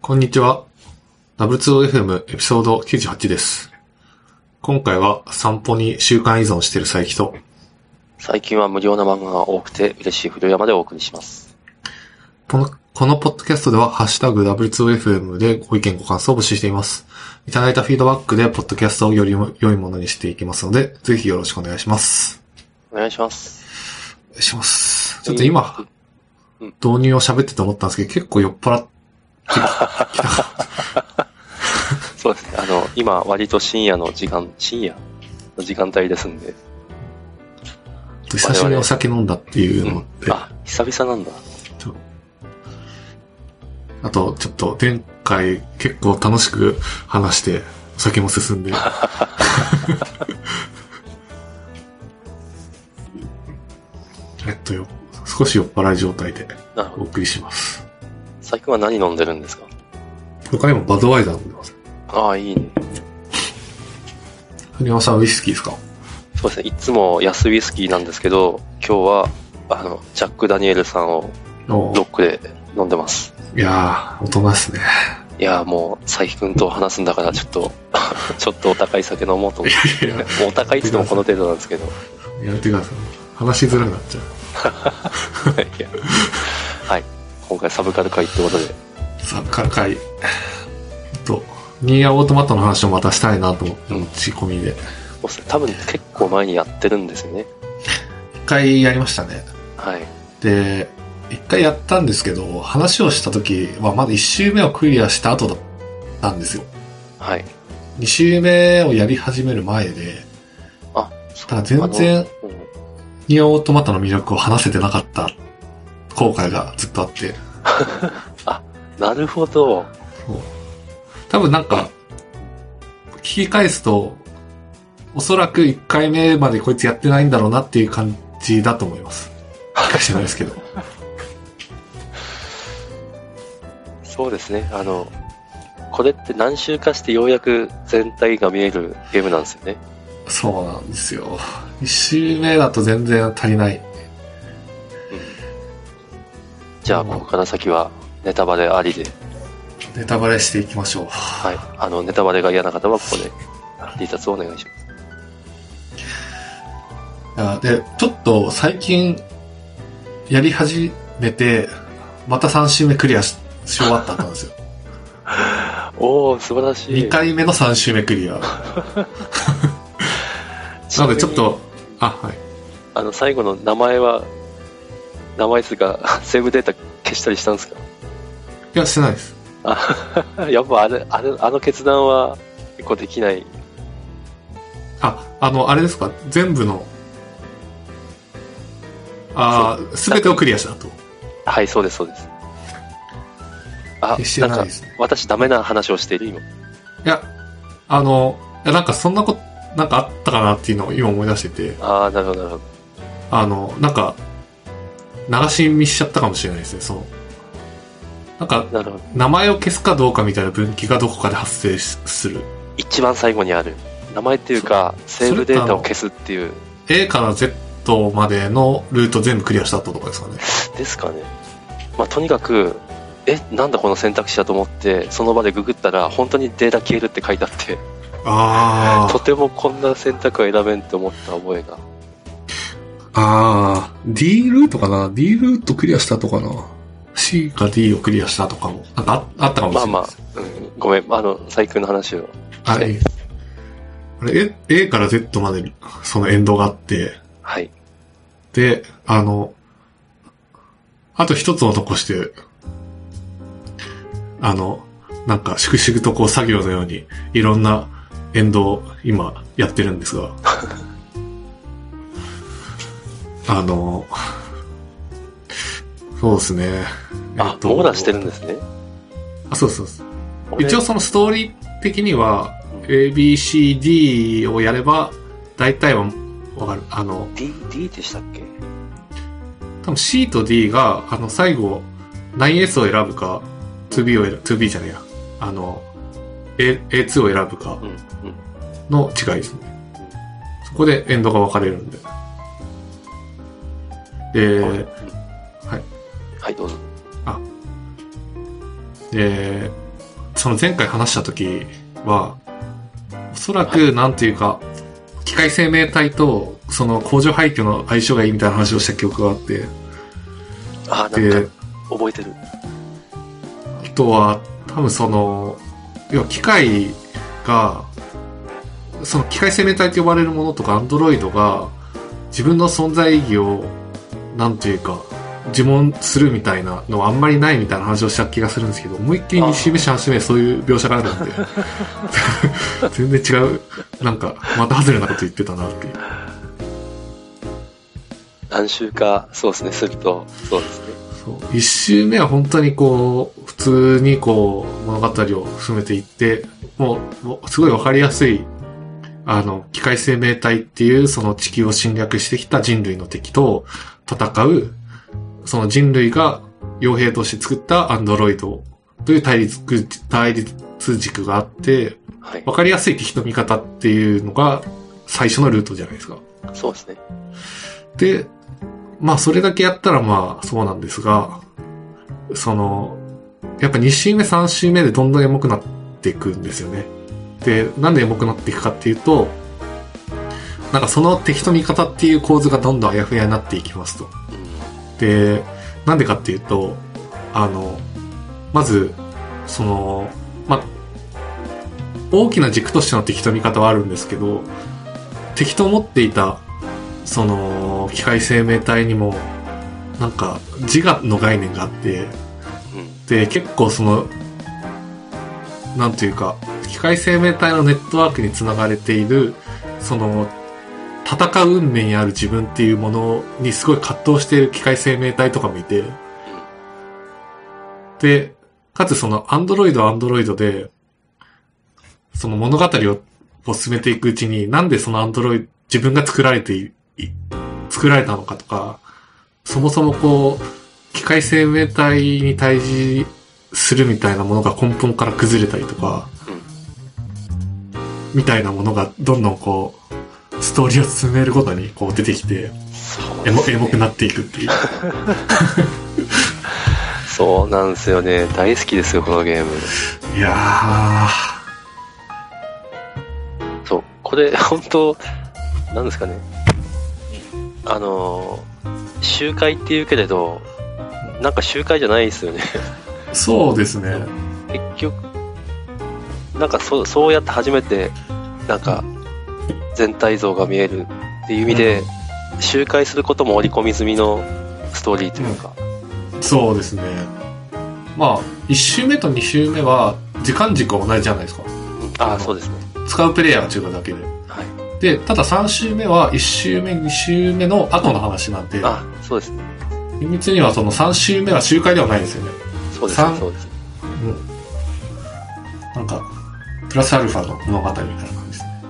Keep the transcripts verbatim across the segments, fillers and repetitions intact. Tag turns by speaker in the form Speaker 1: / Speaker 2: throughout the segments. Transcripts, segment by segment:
Speaker 1: こんにちは。ダブリューツーオーエフエム エピソードきゅうじゅうはちです。今回は散歩に習慣依存している佐伯と、
Speaker 2: 最近は無料な漫画が多くて嬉しい古山でお送りします。
Speaker 1: この、このポッドキャストではハッシュタグ ダブリューツーオーエフエム でご意見ご感想を募集しています。いただいたフィードバックでポッドキャストをより良いものにしていきますので、ぜひよろしくお願いします。
Speaker 2: お願いします。
Speaker 1: お願いします。ちょっと今、うん、導入を喋ってて思ったんですけど、結構酔っ払ってきた。
Speaker 2: そうですね。あの、今割と深夜の時間、深夜の時間帯ですんで。
Speaker 1: 久しぶりにお酒飲んだっていうのって。
Speaker 2: うん、あ、久々なんだ。
Speaker 1: あと、ちょっと前回結構楽しく話して、お酒も進んで。えっとよ、少し酔っ払い状態でお送りします。
Speaker 2: 最近は何飲んでるんですか？
Speaker 1: 他にもバドワイザー飲んでます。
Speaker 2: ああ、いいね。
Speaker 1: 古山さんウイスキーですか？
Speaker 2: そうですね。いつも安ウイスキーなんですけど、今日は、あの、ジャック・ダニエルさんをロックで飲んでます。
Speaker 1: いやー、大人ですね。
Speaker 2: いやーもう、佐伯くんと話すんだから、ちょっと、ちょっとお高い酒飲もうと思って。いやいやお高いって言ってもこの程度なんですけど。
Speaker 1: やめてください。話しづらくなっちゃう。
Speaker 2: いやはい。今回サブカル会ってことで。
Speaker 1: サブカル会。と、ニーヤオートマットの話をまたしたいなと思って、持ち込みで。
Speaker 2: そうですね。多分結構前にやってるんですよね。
Speaker 1: 一回やりましたね。
Speaker 2: はい。
Speaker 1: で、一回やったんですけど、話をした時はまだ一周目をクリアした後だったんですよ。
Speaker 2: はい。
Speaker 1: 二周目をやり始める前で、
Speaker 2: あ、
Speaker 1: ただ全然、うん、ニーヤオートマットの魅力を話せてなかった後悔がずっとあって。
Speaker 2: あ、なるほど。
Speaker 1: そう多分なんか、聞き返すと、おそらくいっかいめまでこいつやってないんだろうなっていう感じだと思います。聞かしてないですけど。
Speaker 2: そうですね。あの、これって何周かしてようやく全体が見えるゲームなんですよね。
Speaker 1: そうなんですよ。いち周目だと全然足りない。うん、
Speaker 2: じゃあ、ここから先はネタバレありで。
Speaker 1: ネタバレしていきましょう。
Speaker 2: はい。あの、ネタバレが嫌な方はここで離脱をお願いします。
Speaker 1: いやで、ちょっと最近やり始めて、またさん周目クリア し, し終わったんですよ。
Speaker 2: おー、素晴らしい。
Speaker 1: にかいめのさん周目クリア。なのでちょっと、あ、はい。
Speaker 2: あの、最後の名前は、名前ですが、セーブデータ消したりしたんですか？
Speaker 1: いや、してないです。
Speaker 2: あ、やっぱあれ、あれ、あの決断は結構できない。
Speaker 1: あ、あの、あれですか？全部の、ああ、すべてをクリアしたと。
Speaker 2: はい、そうです、そうです。あ、
Speaker 1: してないですね。
Speaker 2: なんか、私ダメな話をしている、今。い
Speaker 1: や、あの、いやなんかそんなこと、なんかあったかなっていうのを今思い出してて。
Speaker 2: ああ、なるほど、なるほど。
Speaker 1: あの、なんか、流し見しちゃったかもしれないですね、その。なんか、
Speaker 2: なるほど。
Speaker 1: 名前を消すかどうかみたいな分岐がどこかで発生する。
Speaker 2: 一番最後にある。名前っていうか、セーブデータを消すっていう。
Speaker 1: A から Z までのルート全部クリアした後とかですかね。
Speaker 2: ですかね。まあ、とにかく、え、なんだこの選択肢だと思って、その場でググったら、本当にデータ消えるって書いてあって。
Speaker 1: ああ。
Speaker 2: とてもこんな選択は選べんって思った覚えが。
Speaker 1: ああ。D ルートかな ?D ルートクリアした後かな ?C か D をクリアしたとかも、なんか あ, あったかもしれない。
Speaker 2: まあまあ、うん、ごめん、あの、最近の話を。
Speaker 1: あれ、あれ A, A から Z までそのエンドがあって、
Speaker 2: はい。
Speaker 1: で、あの、あと一つを残して、あの、なんか、粛々とこう作業のように、いろんなエンドを今やってるんですが、あの、そうですね。
Speaker 2: あ、えっと、網羅してるんですね。
Speaker 1: あ、そうそうそう。一応そのストーリー的には、A、B、C、D をやれば、大体はわかる。あの、
Speaker 2: D、D でしたっけ？
Speaker 1: 多分 C と D が、あの、最後、ナインエス を選ぶか、ツービー を選ぶ、ツービー じゃねえや。あの、A、エーツー を選ぶか、の違いですね。そこでエンドが分かれるんで。で、はい。
Speaker 2: はい、どうぞ。
Speaker 1: あ。で、 その前回話した時は、おそらく、なんていうか、機械生命体と、その工場廃墟の相性がいいみたいな話をした記憶があって。
Speaker 2: ああ、なんか、覚えてる。
Speaker 1: あとは、多分その、要は機械が、その機械生命体と呼ばれるものとか、アンドロイドが、自分の存在意義を、なんていうか、自問するみたいなのはあんまりないみたいな話をした気がするんですけど、思いっきりに周目さん周目そういう描写があるんで全然違う、なんかまた外れなこと言ってたなっていう。
Speaker 2: 何週かそうですねするとそうですね。
Speaker 1: そう一周目は本当にこう普通にこう物語を進めていって、もう、もうすごいわかりやすいあの機械生命体っていうその地球を侵略してきた人類の敵と戦う。その人類が傭兵として作ったアンドロイドという対立、対立軸があって、はい、分かりやすい敵と味方っていうのが最初のルートじゃないですか。
Speaker 2: そうですね。
Speaker 1: で、まあそれだけやったらまあそうなんですが、その、やっぱに周目さん周目でどんどんエモくなっていくんですよね。で、なんでエモくなっていくかっていうと、なんかその敵と味方っていう構図がどんどんあやふやになっていきますと。で、なんでかっていうと、あの、まず、その、ま、大きな軸としての敵と味方はあるんですけど、敵と思っていた、その、機械生命体にも、なんか、自我の概念があって、で、結構その、なんていうか、機械生命体のネットワークにつながれている、その、戦う運命にある自分っていうものにすごい葛藤している機械生命体とかもいて、で、かつそのアンドロイドはアンドロイドで、その物語をを進めていくうちに、なんでそのアンドロイド、自分が作られてい、作られたのかとか、そもそもこう、機械生命体に対峙するみたいなものが根本から崩れたりとか、みたいなものがどんどんこう、ストーリーを進めるごとにこう出てきて、エモ、エモくなっていくっていう。
Speaker 2: そうなんですよね。大好きですよ、このゲーム。
Speaker 1: いやー。
Speaker 2: そう、これ、本当なんですかね。あの、集会って言うけれど、なんか集会じゃないですよね。
Speaker 1: そうですね。
Speaker 2: 結局、なんかそ、そうやって初めて、なんか、全体像が見えるっていう意味で、うん、周回することも織り込み済みのストーリーというか、
Speaker 1: うん、そうですね。まあいち周目とに周目は時間軸は同じじゃないですか、うん、
Speaker 2: ああそうですね。
Speaker 1: 使うプレイヤーが違うだけで、はい、でたださん周目はいち周目に周目の後の話なんで、
Speaker 2: あそうですね。
Speaker 1: 厳密にはそのさん周目は周回ではないですよね。
Speaker 2: そうですね。そうです、
Speaker 1: うん、なんかプラスアルファの物語みたいな感じですね。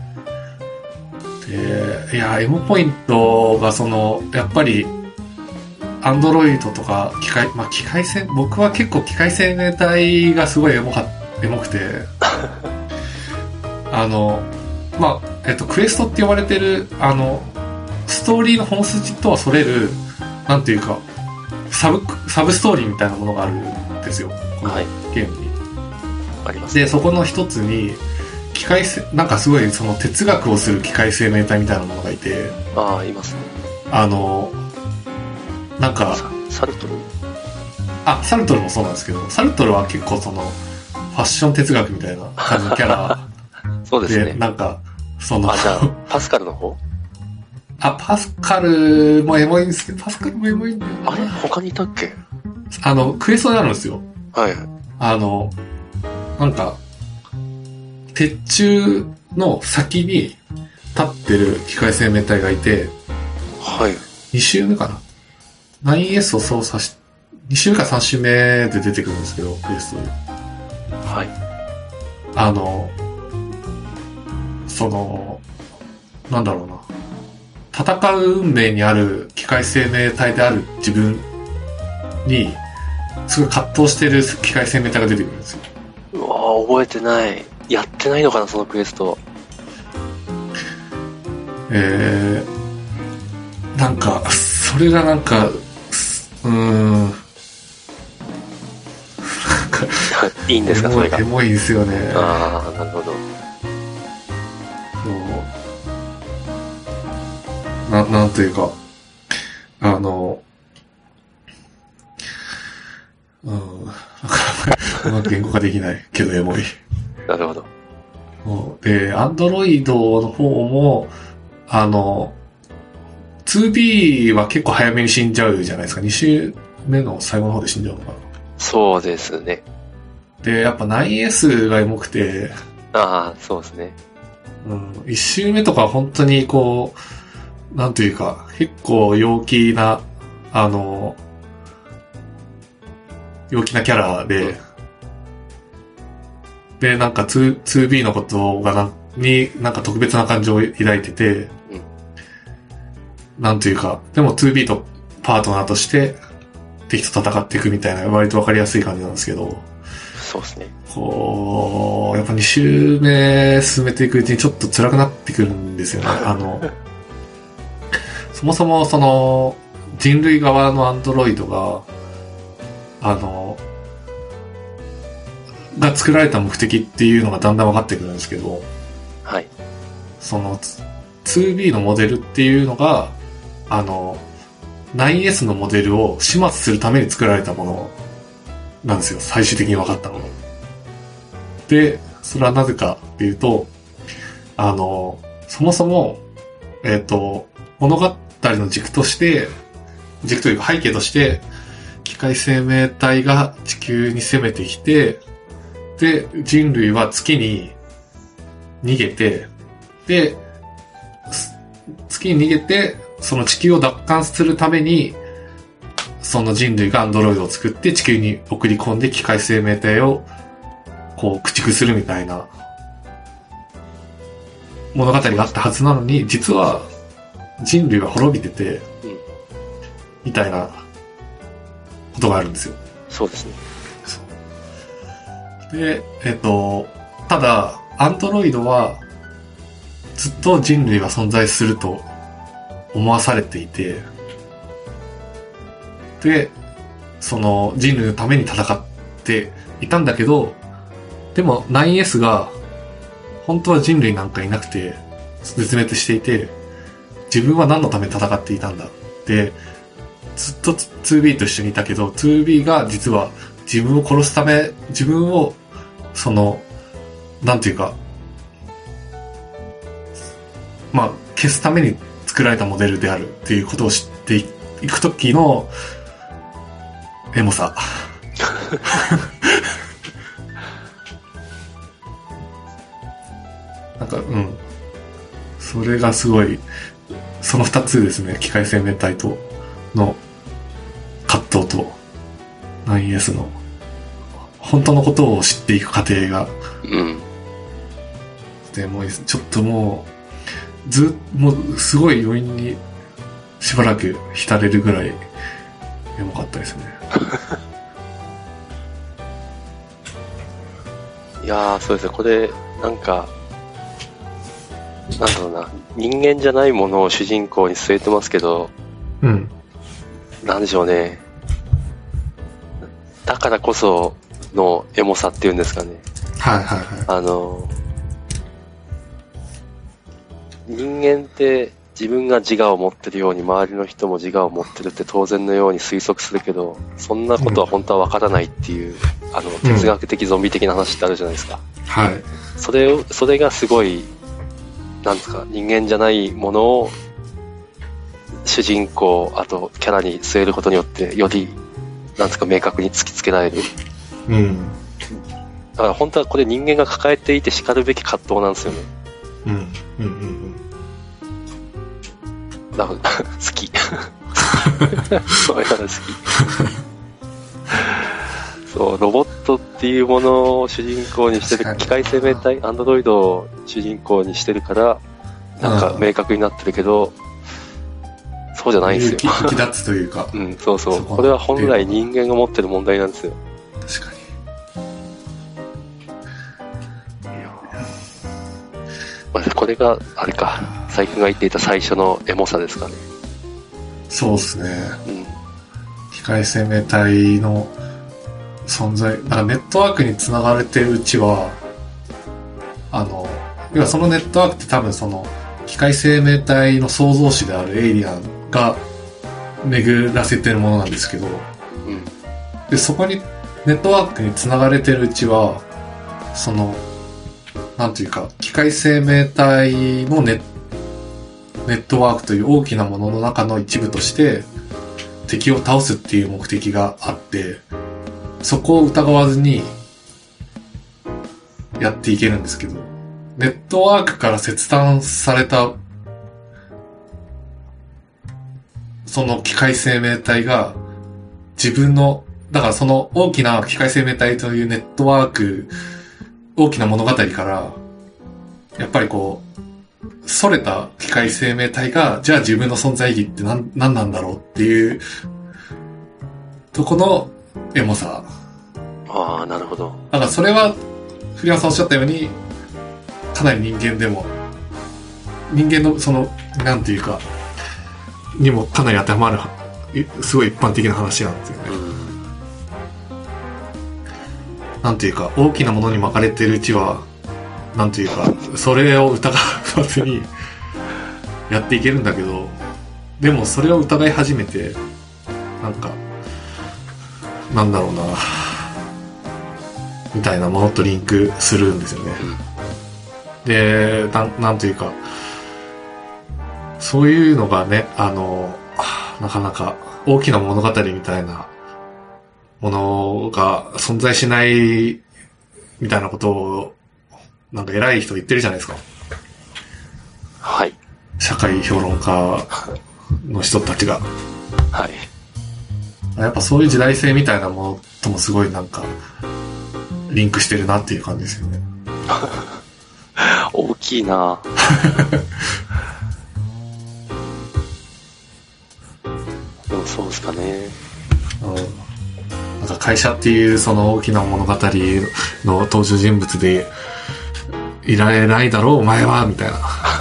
Speaker 1: で、いや、エモポイントがその、やっぱり、アンドロイドとか、機械、まあ、機械生、僕は結構機械生命体がすごいエモか、エモくて、あの、まあ、えっと、クエストって呼ばれてる、あの、ストーリーの本筋とはそれる、なんていうか、サブ、サブストーリーみたいなものがあるんですよ。このゲームに。
Speaker 2: はい、あります。
Speaker 1: で、そこの一つに、機械せ、なんかすごいその哲学をする機械生命体みたいなものがいて、
Speaker 2: ああ、いますね。
Speaker 1: あの、なんか、
Speaker 2: サルトル
Speaker 1: あ、サルトルもそうなんですけど、サルトルは結構その、ファッション哲学みたいな感じのキャラ
Speaker 2: そうですね。
Speaker 1: で、なんか、その、
Speaker 2: あ、じゃあ、パスカルの方
Speaker 1: あ、パスカルもエモいんですけど、パスカルもエモいんだよな。
Speaker 2: あれ他にいたっけ？
Speaker 1: あの、クエストにあるんですよ。
Speaker 2: はい。あ
Speaker 1: の、なんか、鉄柱の先に立ってる機械生命体がいて、
Speaker 2: はい。
Speaker 1: に周目かな ?ナインエス を操作し、に周目かさん周目で出てくるんですけど、クエストに。
Speaker 2: はい。
Speaker 1: あの、その、なんだろうな。戦う運命にある機械生命体である自分に、すごい葛藤してる機械生命体が出てくるんですよ。
Speaker 2: うわぁ、覚えてない。やってないのかな、そのクエスト。
Speaker 1: えー、なんか、それがなんか、うーん、なんか、
Speaker 2: いいんですか、それが。
Speaker 1: エモいですよね。
Speaker 2: ああ、なるほど。
Speaker 1: そうな、なんというか、あの、うん、うまく言語化できないけどエモい。
Speaker 2: なるほど。
Speaker 1: で、アンドロイドの方も、あの、ツービー は結構早めに死んじゃうじゃないですか。に週目の最後の方で死んじゃうのかな。
Speaker 2: そうですね。
Speaker 1: で、やっぱ ナインエス がエモくて、
Speaker 2: ああ、そうですね。
Speaker 1: うん、いち周目とか本当にこう、なんというか、結構陽気な、あの、陽気なキャラで、うん、で、なんか ツー, ツービー のことがな、になんか特別な感情を抱いてて、うん、なんというか、でも ツービー とパートナーとして敵と戦っていくみたいな割とわかりやすい感じなんですけど、
Speaker 2: そうですね。
Speaker 1: こう、やっぱに周目進めていくうちにちょっと辛くなってくるんですよね。あの、そもそもその人類側のアンドロイドが、あの、が作られた目的っていうのがだんだん分かってくるんですけど、
Speaker 2: はい。
Speaker 1: その ツービー のモデルっていうのが、あの、ナインエス のモデルを始末するために作られたものなんですよ。最終的に分かったの。で、それはなぜかっていうと、あの、そもそも、えっと、物語の軸として、軸というか背景として、機械生命体が地球に攻めてきて、で、人類は月に逃げて、で、月に逃げて、その地球を奪還するために、その人類がアンドロイドを作って地球に送り込んで機械生命体をこう駆逐するみたいな物語があったはずなのに、実は人類は滅びてて、みたいなことがあるんですよ。
Speaker 2: そうですね。
Speaker 1: で、えっと、ただ、アンドロイドはずっと人類は存在すると思わされていて、で、その人類のために戦っていたんだけど、でも ナインエス が本当は人類なんかいなくて絶滅していて、自分は何のために戦っていたんだって、ずっと ツービー と一緒にいたけど ツービー が実は自分を殺すため、自分をそのなんていうか、まあ消すために作られたモデルであるっていうことを知っていくときのエモさなんか、うん。それがすごい、その二つですね。機械生命体との葛藤と ナインエス の本当のことを知っていく過程が、
Speaker 2: うん。
Speaker 1: でもうちょっともう、ず、もうすごい余韻にしばらく浸れるぐらいエモかったですね。
Speaker 2: いやー、そうですね。これ、なんか、なんだろうな、人間じゃないものを主人公に据えてますけど、
Speaker 1: うん。
Speaker 2: なんでしょうね。だからこそのエモさっていうんですかね。
Speaker 1: はいはいはい。
Speaker 2: あの、人間って自分が自我を持ってるように周りの人も自我を持ってるって当然のように推測するけど、そんなことは本当はわからないっていう、うん、あの哲学的ゾンビ的な話ってあるじゃないですか。
Speaker 1: はい。
Speaker 2: それを、それがすごい、なんですか、人間じゃないものを主人公、あとキャラに据えることによってより、なんですか、明確に突きつけられる。
Speaker 1: うん。
Speaker 2: だから本当はこれ人間が抱えていて叱るべき葛藤なんですよね。
Speaker 1: うん。うんうんうん。
Speaker 2: だから好き。そういう話好き。そう、ロボットっていうものを主人公にしてる、機械生命体、アンドロイドを主人公にしてるから、なんか明確になってるけど、そうじゃないんですよ。
Speaker 1: 引き立つというか。
Speaker 2: うん、そうそう。これは本来人間が持ってる問題なんですよ。
Speaker 1: 確かに。いや
Speaker 2: まあ、これが、あれか、佐伯が言っていた最初のエモさですかね。
Speaker 1: そうですね。
Speaker 2: うん。
Speaker 1: 機械生命体の、 存在、だからネットワークにつながれてるうちは、あの、要はそのネットワークって多分その、機械生命体の創造主であるエイリアンが巡らせてるものなんですけど、うん、で、そこに、ネットワークにつながれてるうちは、その、なんていうか、機械生命体のネット、ネットワークという大きなものの中の一部として敵を倒すっていう目的があって、そこを疑わずにやっていけるんですけど、ネットワークから切断されたその機械生命体が自分の、だからその大きな機械生命体というネットワーク、大きな物語からやっぱりこうそれた機械生命体が、じゃあ自分の存在意義って何、何なんだろうっていうとこのエモさ。
Speaker 2: ああ、なるほど。
Speaker 1: だからそれは、栗山さんおっしゃったように、かなり人間でも、人間のその、なんていうか、にもかなり当てはまる、すごい一般的な話なんですよね。うん、なんていうか、大きなものに巻かれているうちは、なんていうか、それを疑わずにやっていけるんだけど、でもそれを疑い始めて、なんか、なんだろうな、みたいなものとリンクするんですよね。で、な、なんていうか、そういうのがね、あの、なかなか大きな物語みたいなものが存在しないみたいなことを、なんか偉い人言ってるじゃないですか。
Speaker 2: はい。
Speaker 1: 社会評論家の人たちが。
Speaker 2: はい。
Speaker 1: やっぱそういう時代性みたいなものともすごいなんか、リンクしてるなっていう感じですよね。
Speaker 2: 大きいなでもそうですかね。
Speaker 1: うん。なんか会社っていうその大きな物語の登場人物で、いられないだろうお前はみたいな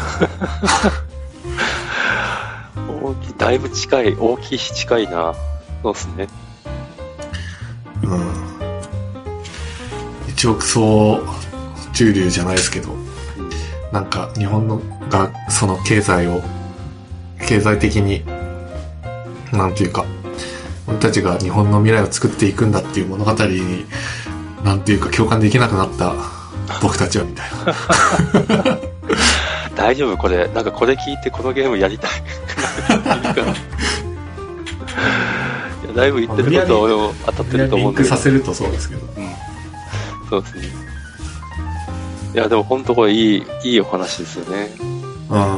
Speaker 2: 大きい、だいぶ近い、大きいし近いな。そうですね。
Speaker 1: うん。一億総中流じゃないですけど、うん、なんか日本のがその経済を経済的になんていうか俺たちが日本の未来を作っていくんだっていう物語になんていうか共感できなくなった僕たちはみたいな
Speaker 2: 大丈夫これなんかこれ聞いてこのゲームやりたいいやだいぶ言ってることを当たってると思うんで
Speaker 1: リンクさせるとそうですけど、うん、
Speaker 2: そうですね。いやでも本当これいいいいお話ですよね。
Speaker 1: うん、うん、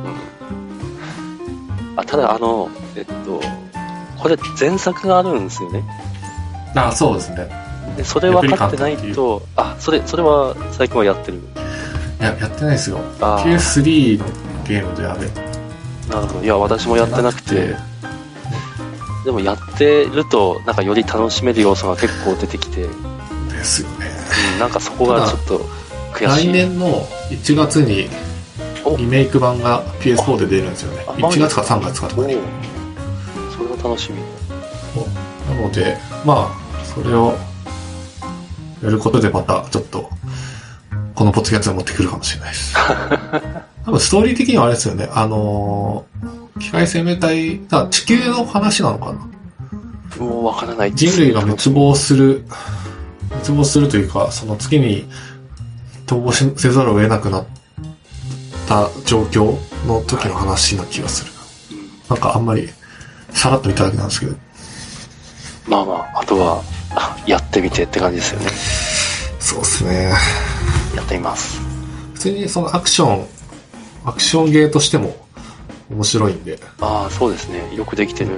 Speaker 2: あただあのえっとこれ前作があるんですよね。
Speaker 1: あそうですね。
Speaker 2: でそれ分かってないと、あ、それ、それは最近はやってる？い
Speaker 1: や、やってないですよ。ピーエススリー のゲームであれ。
Speaker 2: なるほど。いや、私もやってなくて。なくてでもやってると、なんかより楽しめる要素が結構出てきて。
Speaker 1: ですよね。
Speaker 2: うん、なんかそこがちょっと悔しい。
Speaker 1: 来年のいちがつにリメイク版が ピーエスフォー で出るんですよね。いちがつかさんがつかとかに。
Speaker 2: それは楽しみ。
Speaker 1: なので、まあ、それを、やることでまたちょっとこのポッドキャストを持ってくるかもしれないです多分ストーリー的にはあれですよね、あのー、機械生命体だ地球の話なのかな。
Speaker 2: もうわからない。
Speaker 1: 人類が滅亡する滅亡するというかその月に逃亡せざるを得なくなった状況の時の話な気がする、はい、なんかあんまりさらっと見ただけなんですけど、
Speaker 2: まあまああとはやってみてって感じですよね。
Speaker 1: そうですね。
Speaker 2: やってみます。
Speaker 1: 普通にそのアクション、アクションゲーとしても面白いんで。
Speaker 2: ああ、そうですね。よくできてる。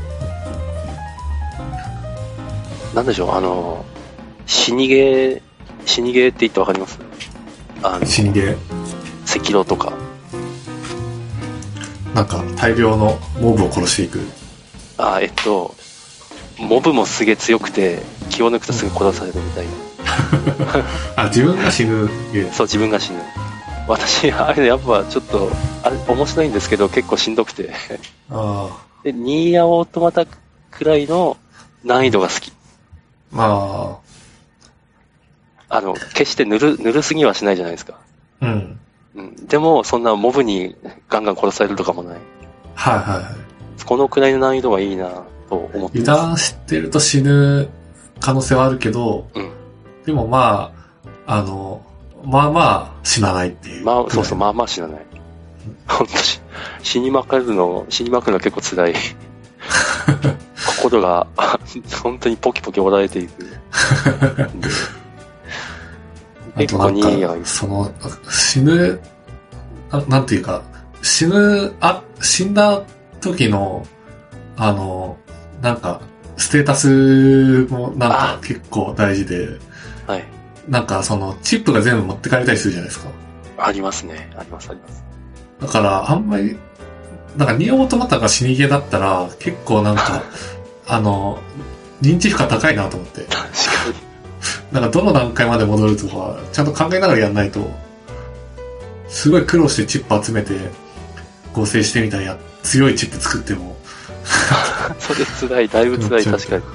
Speaker 2: なんでしょう、あの、死にゲー、死にゲーって言ってわかります？あの
Speaker 1: 死にゲー？
Speaker 2: 赤狼とか。
Speaker 1: なんか大量のモブを殺していく。
Speaker 2: ああ、えっと、モブもすげえ強くて気を抜くとすぐ殺されるみたいな
Speaker 1: あ、自分が死ぬゲー。
Speaker 2: そう、自分が死ぬ。私あれやっぱちょっとあれ面白いんですけど結構しんどくて
Speaker 1: あ
Speaker 2: でニーヤオートマタくらいの難易度が好き。
Speaker 1: あ
Speaker 2: あ。あの、決してぬる、ぬるすぎはしないじゃないですか。
Speaker 1: あ。うん。
Speaker 2: うん。でも、そんなモブにガンガン殺されるとかもない。
Speaker 1: はいはいはい。
Speaker 2: このくらいの難易度がいいなと思ってます。
Speaker 1: 油断してると死ぬ可能性はあるけど、
Speaker 2: うん。
Speaker 1: でもまあ、あの、まあまあ死なないっていう。
Speaker 2: まあ、そうそう、まあまあ死なない。本当し死にまくるの、死にまくるの結構辛い。心が、本当にポキポキ折られていく。結構ニーヤが
Speaker 1: その、死ぬな、なんていうか、死ぬ、あ、死んだ時の、あの、なんか、ステータスもなんか結構大事で、
Speaker 2: はい。
Speaker 1: なんかその、チップが全部持ってかれたりするじゃないですか。
Speaker 2: ありますね。あります、あります。
Speaker 1: だから、あんまり、なんか、ニオオートマタが死にゲーだったら、結構なんか、あの、認知負荷高いなと思って。
Speaker 2: 確かに。
Speaker 1: なんか、どの段階まで戻るとか、ちゃんと考えながらやんないと、すごい苦労してチップ集めて、合成してみたら、強いチップ作っても。
Speaker 2: それ辛い、だいぶ辛い、確かに。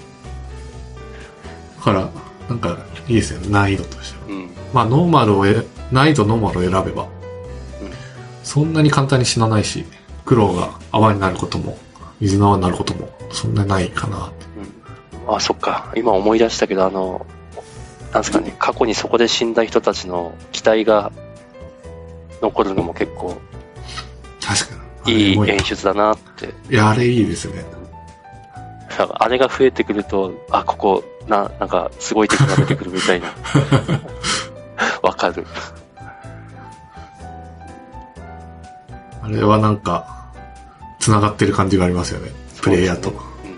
Speaker 1: だから、なんか、いいですよね、難易度としては。
Speaker 2: うん。
Speaker 1: まあ、ノーマルをえ、難易度ノーマルを選べば、そんなに簡単に死なないし、苦労が泡になることも、水の泡になることも、そんなないかな。
Speaker 2: うん、あ、そっか。今思い出したけど、あの、なんですかね、過去にそこで死んだ人たちの期待が残るのも結構、
Speaker 1: 確かに。
Speaker 2: いい演出だなって。
Speaker 1: いや、あれいいですね。
Speaker 2: あれが増えてくると、あ、ここ、な、なんか、すごい敵が出てくるみたいな。わかる。
Speaker 1: あれはなんか、繋がってる感じがありますよね。プレイヤーと。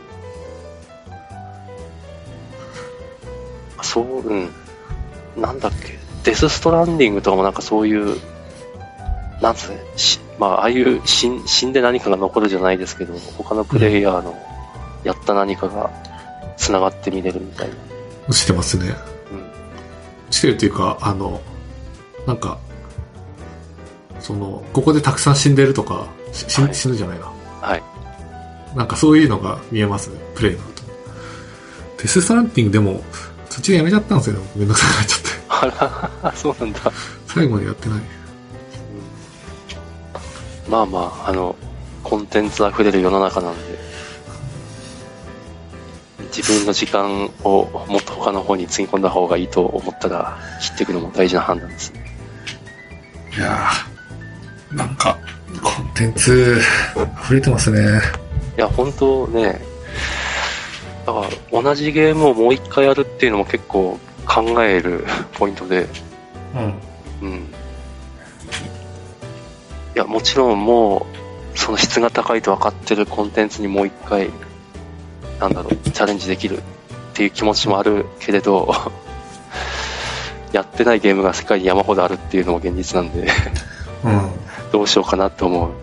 Speaker 2: そう、うん。なんだっけ。デスストランディングとかもなんかそういう、なんつうね、しまあ、ああいう死ん、死んで何かが残るじゃないですけど、他のプレイヤーのやった何かが繋がって見れるみたいな。
Speaker 1: してますね。うん。してるっていうか、あの、なんか、その、ここでたくさん死んでるとか、死、はい、死ぬじゃないな。
Speaker 2: はい。
Speaker 1: なんかそういうのが見えますね、プレイの後。デスストランディングでも、そっちでやめちゃったんですよね。めんどくさくなっちゃって。
Speaker 2: あら、そうなんだ。
Speaker 1: 最後までやってない。
Speaker 2: うん、まあまあ、あの、コンテンツ溢れる世の中なんで、自分の時間をもっと他の方につぎ込んだ方がいいと思ったら、切っていくのも大事な判断ですね。
Speaker 1: いやー、なんか、コンテンツ、溢れてますね。
Speaker 2: いや、本当ね、だから同じゲームをもう一回やるっていうのも結構考えるポイントで、うん。うん。いや、もちろんもう、その質が高いと分かってるコンテンツにもう一回、なんだろう、チャレンジできるっていう気持ちもあるけれど、やってないゲームが世界に山ほどあるっていうのも現実なんで、うん、どうしようかなって思う。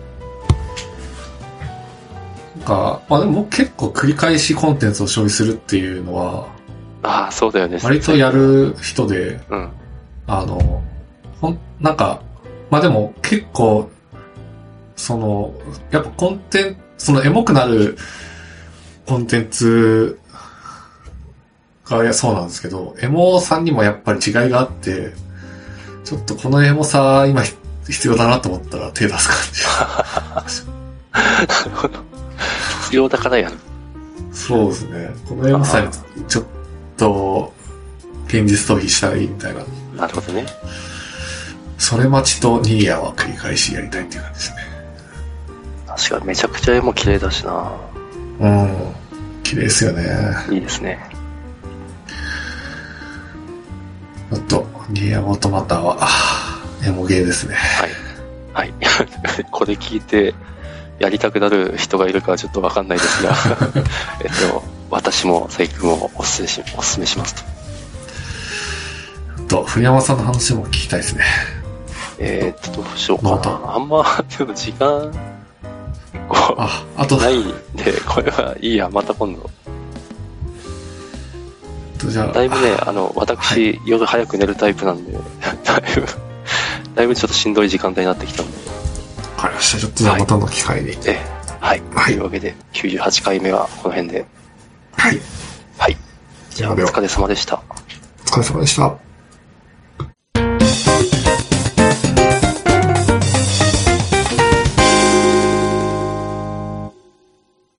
Speaker 1: なんか、まあでも結構繰り返しコンテンツを消費するっていうのは、
Speaker 2: ああ、そうだよね。
Speaker 1: 割とやる人で、
Speaker 2: うん、
Speaker 1: あの、ほん、なんか、まあでも結構、その、やっぱコンテンツ、そのエモくなるコンテンツがそうなんですけど、エモさんにもやっぱり違いがあって、ちょっとこのエモさ今必要だなと思ったら手出す感じ。
Speaker 2: なるほど。必要だからやる。
Speaker 1: そうですね。このエモさにちょっと現実逃避したらいいみたいな。
Speaker 2: なるほどね。
Speaker 1: それ待ちとニーヤは繰り返しやりたいっていう感じですね。
Speaker 2: 確かにめちゃくちゃ絵も綺麗だしな。
Speaker 1: うん。綺麗ですよね。
Speaker 2: いいですね。
Speaker 1: あと、ニーヤオートマタは、エモゲーですね。
Speaker 2: はい。はい。これ聞いて、やりたくなる人がいるかはちょっとわかんないですが、えっと、私も最近もおすすめし、おすすめします
Speaker 1: と。と、冬山さんの話も聞きたいですね。
Speaker 2: えー、っと、どうしようかな。あんま、でも時間、結構、
Speaker 1: あ、あと、
Speaker 2: ないんで、これはいいや、また今度。
Speaker 1: じゃあ
Speaker 2: だいぶね、あの、私、はい、夜早く寝るタイプなんで、だいぶ、だいぶちょっとしんどい時間帯になってきたんで。
Speaker 1: わかりました。ちょっとじゃあまたの機会に。
Speaker 2: え、はい。はい。というわけで、きゅうじゅうはちかいめはこの辺で。
Speaker 1: はい。
Speaker 2: はい。 じゃあ、お疲れ様でした。
Speaker 1: お疲れ様でした。